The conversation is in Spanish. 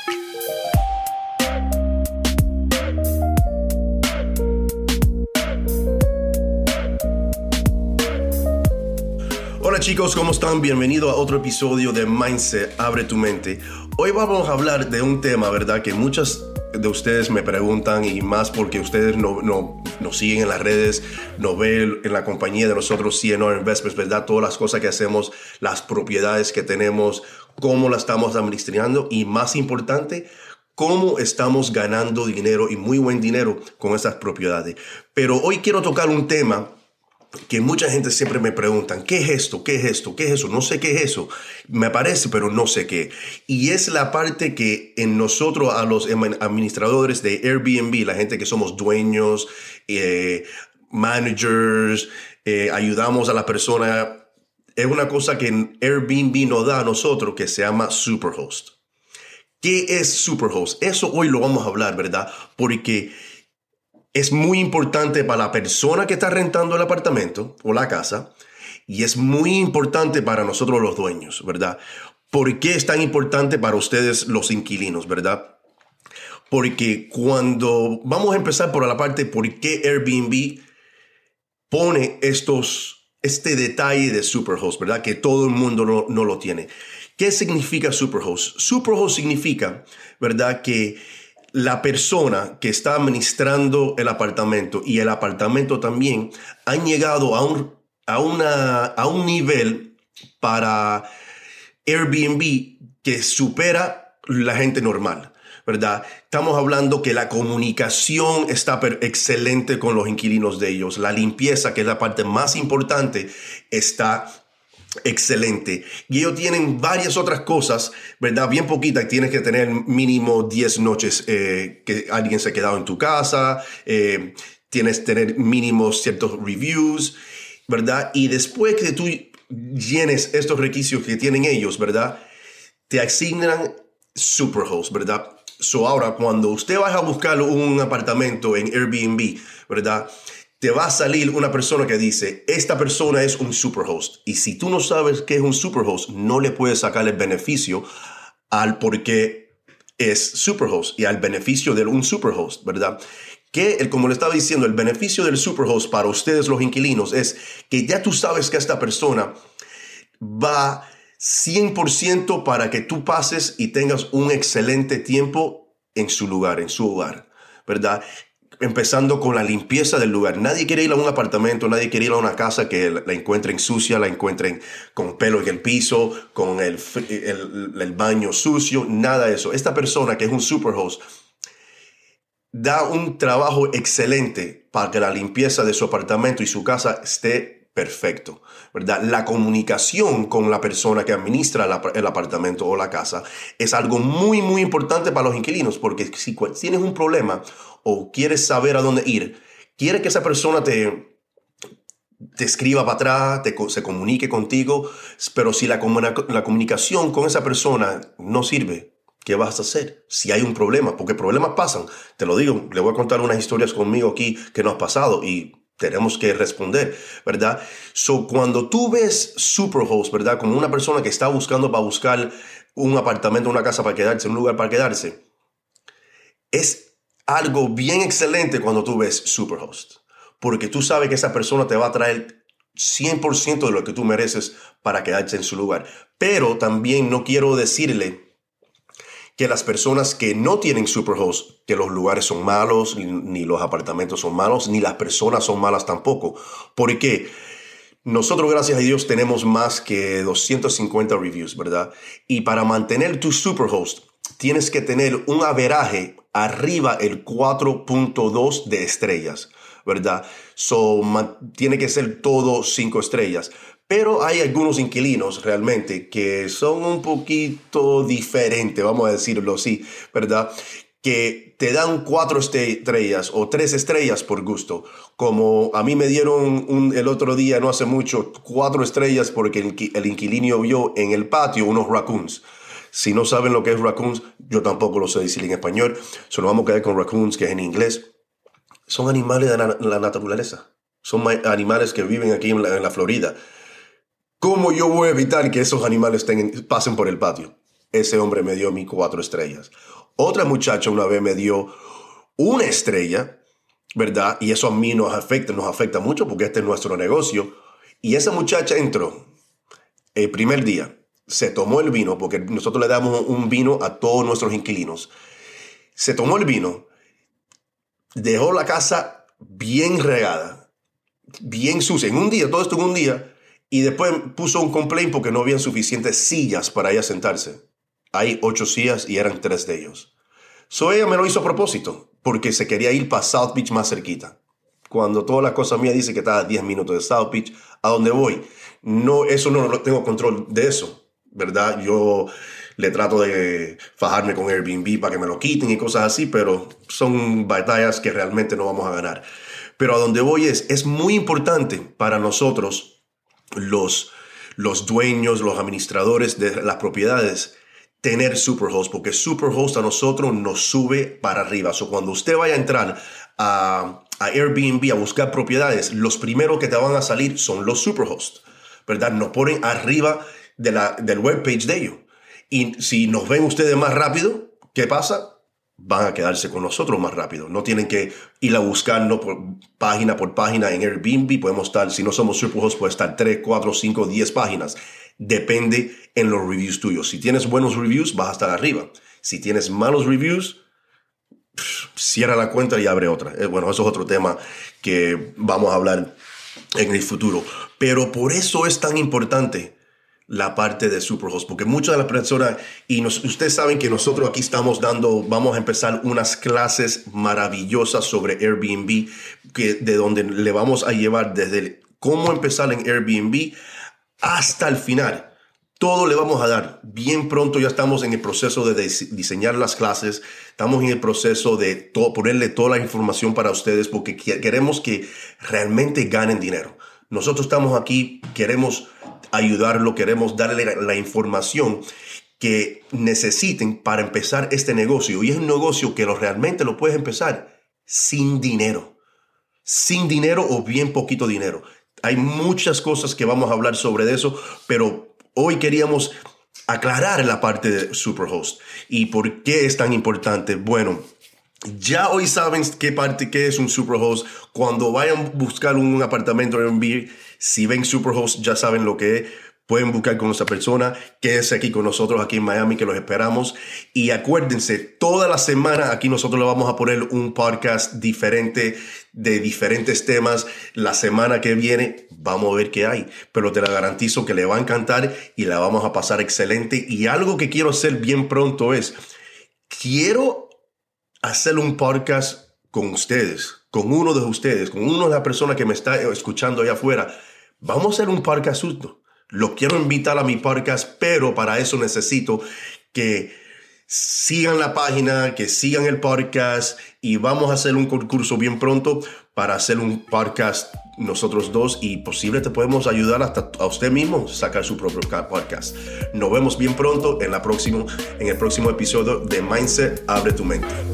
Hola chicos, ¿cómo están? Bienvenido a otro episodio de Mindset, Abre tu Mente. Hoy vamos a hablar de un tema, ¿verdad? Que muchas de ustedes me preguntan, y más porque ustedes nos siguen en las redes, nos ven en la compañía de nosotros, CNR Investments, ¿verdad? Todas las cosas que hacemos, las propiedades que tenemos, cómo las estamos administrando y, más importante, cómo estamos ganando dinero y muy buen dinero con estas propiedades. Pero hoy quiero tocar un tema que mucha gente siempre me preguntan, ¿qué es esto? ¿Qué es esto? ¿Qué es eso? No sé qué es eso. Me parece, pero no sé qué. Y es la parte que en nosotros, a los administradores de Airbnb, la gente que somos dueños, managers, ayudamos a la persona, es una cosa que Airbnb nos da a nosotros que se llama Superhost. ¿Qué es Superhost? Eso hoy lo vamos a hablar, ¿verdad? Porque es muy importante para la persona que está rentando el apartamento o la casa, y es muy importante para nosotros los dueños, ¿verdad? ¿Por qué es tan importante para ustedes los inquilinos, verdad? Porque cuando vamos a empezar por la parte por qué Airbnb pone este detalle de Superhost, ¿verdad? Que todo el mundo no lo tiene. ¿Qué significa Superhost? Superhost significa, ¿verdad? Que la persona que está administrando el apartamento y el apartamento también han llegado a un nivel para Airbnb que supera la gente normal, ¿verdad? Estamos hablando que la comunicación está excelente con los inquilinos de ellos. La limpieza, que es la parte más importante, está excelente. Y ellos tienen varias otras cosas, ¿verdad? Bien poquitas. Tienes que tener mínimo 10 noches que alguien se ha quedado en tu casa. Tienes que tener mínimo ciertos reviews, ¿verdad? Y después que tú llenes estos requisitos que tienen ellos, ¿verdad? Te asignan Superhost, ¿verdad? So ahora, cuando usted vaya a buscar un apartamento en Airbnb, ¿verdad? Te va a salir una persona que dice, esta persona es un Superhost. Y si tú no sabes qué es un Superhost, no le puedes sacar el beneficio al por qué es Superhost y al beneficio de un Superhost, ¿verdad? Que, como le estaba diciendo, el beneficio del Superhost para ustedes los inquilinos es que ya tú sabes que esta persona va 100% para que tú pases y tengas un excelente tiempo en su lugar, en su hogar, ¿verdad? Empezando con la limpieza del lugar. Nadie quiere ir a un apartamento, nadie quiere ir a una casa que la encuentren sucia, la encuentren con pelo en el piso, con el baño sucio, nada de eso. Esta persona que es un Superhost da un trabajo excelente para que la limpieza de su apartamento y su casa esté perfecto, ¿verdad? La comunicación con la persona que administra el apartamento o la casa es algo muy, muy importante para los inquilinos, porque si tienes un problema o quieres saber a dónde ir, quiere que esa persona te escriba para atrás, se comunique contigo, pero si la comunicación con esa persona no sirve, ¿qué vas a hacer si hay un problema? Porque problemas pasan. Te lo digo, le voy a contar unas historias conmigo aquí que nos ha pasado y tenemos que responder, ¿verdad? So, cuando tú ves Superhost, ¿verdad? Como una persona que está buscando para buscar un apartamento, una casa para quedarse, un lugar para quedarse, es algo bien excelente cuando tú ves Superhost. Porque tú sabes que esa persona te va a traer 100% de lo que tú mereces para quedarse en su lugar. Pero también no quiero decirle que las personas que no tienen Superhost, que los lugares son malos, ni los apartamentos son malos, ni las personas son malas tampoco. Porque nosotros, gracias a Dios, tenemos más que 250 reviews, ¿verdad? Y para mantener tu Superhost, tienes que tener un averaje arriba el 4.2 de estrellas, ¿verdad? So, tiene que ser todo 5 estrellas. Pero hay algunos inquilinos realmente que son un poquito diferentes, vamos a decirlo así, ¿verdad? Que te dan 4 estrellas o 3 estrellas por gusto. Como a mí me dieron el otro día, no hace mucho, 4 estrellas porque el inquilino vio en el patio unos raccoons. Si no saben lo que es raccoons, yo tampoco lo sé decir en español. Solo vamos a quedar con raccoons, que es en inglés. Son animales de la naturaleza. Son animales que viven aquí en la Florida. ¿Cómo yo voy a evitar que esos animales pasen por el patio? ese hombre me dio a mí 4 estrellas. Otra muchacha una vez me dio 1 estrella, ¿verdad? Y eso a mí nos afecta mucho porque este es nuestro negocio. Y esa muchacha entró el primer día, se tomó el vino, porque nosotros le damos un vino a todos nuestros inquilinos. Se tomó el vino, dejó la casa bien regada, bien sucia, en un día, todo esto en un día, y después puso un complaint porque no habían suficientes sillas para ella sentarse. Hay 8 sillas y eran 3 de ellos. Ella me lo hizo a propósito, porque se quería ir para South Beach más cerquita. Cuando todas las cosas mías dice que está a 10 minutos de South Beach, ¿a dónde voy? No, eso no lo tengo control de eso, ¿verdad? Yo le trato de fajarme con Airbnb para que me lo quiten y cosas así, pero son batallas que realmente no vamos a ganar. Pero a donde voy es muy importante para nosotros, los dueños, los administradores de las propiedades, tener Superhost, porque Superhost a nosotros nos sube para arriba. Cuando usted vaya a entrar a Airbnb a buscar propiedades, los primeros que te van a salir son los Superhost, ¿verdad? Nos ponen arriba del webpage de ellos. Y si nos ven ustedes más rápido, ¿qué pasa? Van a quedarse con nosotros más rápido. No tienen que ir a buscarnos por página en Airbnb. Podemos estar, si no somos Superhost, puede estar 3, 4, 5, 10 páginas. Depende en los reviews tuyos. Si tienes buenos reviews, vas a estar arriba. Si tienes malos reviews, cierra la cuenta y abre otra. Bueno, eso es otro tema que vamos a hablar en el futuro. Pero por eso es tan importante la parte de Superhost, porque muchas de las personas, ustedes saben que nosotros aquí vamos a empezar unas clases maravillosas sobre Airbnb, de donde le vamos a llevar desde cómo empezar en Airbnb hasta el final. Todo le vamos a dar. Bien pronto ya estamos en el proceso de diseñar las clases. Estamos en el proceso de ponerle toda la información para ustedes porque queremos que realmente ganen dinero. Nosotros estamos aquí, queremos ayudarlo, queremos darle la información que necesiten para empezar este negocio. Y es un negocio que realmente lo puedes empezar sin dinero. Sin dinero o bien poquito dinero. Hay muchas cosas que vamos a hablar sobre eso, pero hoy queríamos aclarar la parte de Superhost y por qué es tan importante. Bueno, ya hoy saben qué es un Superhost. Cuando vayan a buscar un apartamento en Airbnb, si ven Superhost ya saben lo que es. Pueden buscar con esa persona, quédese aquí con nosotros aquí en Miami, que los esperamos. Y acuérdense, toda la semana aquí nosotros le vamos a poner un podcast diferente de diferentes temas. La semana que viene vamos a ver qué hay, pero te la garantizo que le va a encantar y la vamos a pasar excelente. Y algo que quiero hacer bien pronto quiero hacer un podcast con ustedes, con uno de ustedes, con una de las personas que me está escuchando allá afuera. Vamos a hacer un podcast juntos. Lo quiero invitar a mi podcast, pero para eso necesito que sigan la página, que sigan el podcast y vamos a hacer un concurso bien pronto para hacer un podcast nosotros dos y posible te podemos ayudar hasta a usted mismo sacar su propio podcast. Nos vemos bien pronto en el próximo episodio de Mindset Abre tu Mente.